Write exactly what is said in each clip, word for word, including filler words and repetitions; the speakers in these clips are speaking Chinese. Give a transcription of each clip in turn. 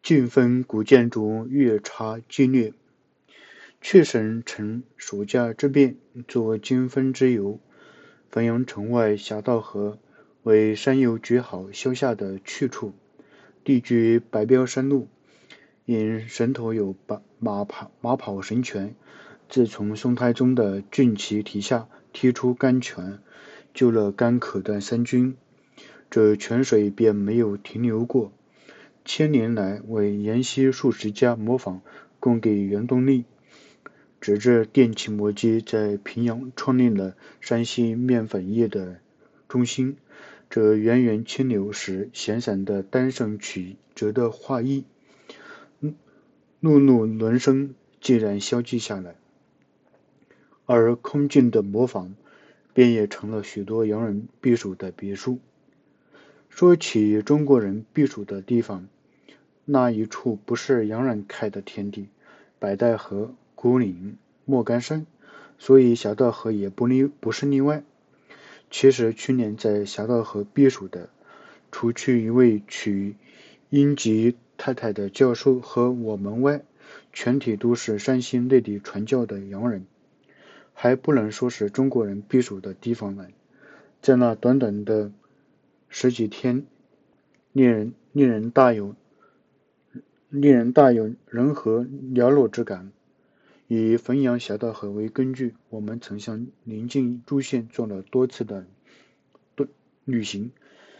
晋分古建筑越差激烈。阙省趁暑假之便，作晋分之游。汾阳城外侠盗河为山游绝好消夏的去处，地居白标山路，因神头有马跑马跑神泉，自从宋太宗的郡旗题下踢出甘泉，救了甘渴的三军，这泉水便没有停留过。千年来为沿袭数十家磨坊供给原动力，直至电气磨机在平阳创立了山西面粉业的中心，这源源清流使闲散的单声曲折的画意，辘辘轮声竟然消寂下来，而空静的磨坊便也成了许多洋人避暑的别墅。说起中国人避暑的地方，那一处不是洋人开的天地，白带河、孤岭、莫干山，所以侠盗河也不例不是例外。其实去年在侠盗河避暑的，除去一位娶英籍太太的教授和我们外，全体都是山西内地传教的洋人，还不能说是中国人避暑的地方来。在那短短的十几天，令人令人大有令人大有人和寥落之感。以汾阳侠盗河为根据，我们曾向邻近诸县做了多次的旅行，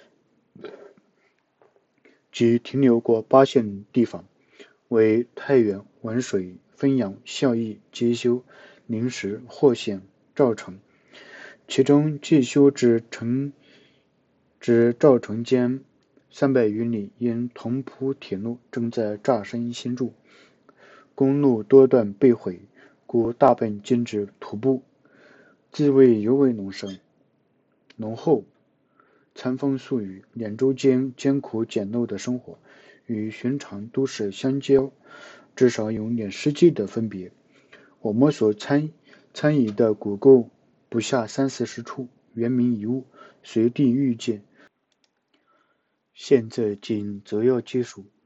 即停留过八县地方，为太原、文水、汾阳、孝义、接修、临石、霍县、赵城。其中介休至城至赵城间三百余里，因同蒲铁路正在乍生新筑，公路多段被毁，故大半径至徒步，滋味尤为浓深浓厚。餐风宿雨，两周间艰苦简陋的生活，与寻常都市相交，至少有点实际的分别。我们所参参与的古构不下三四十处，原名遗物，随地遇见。现在仅择要技术，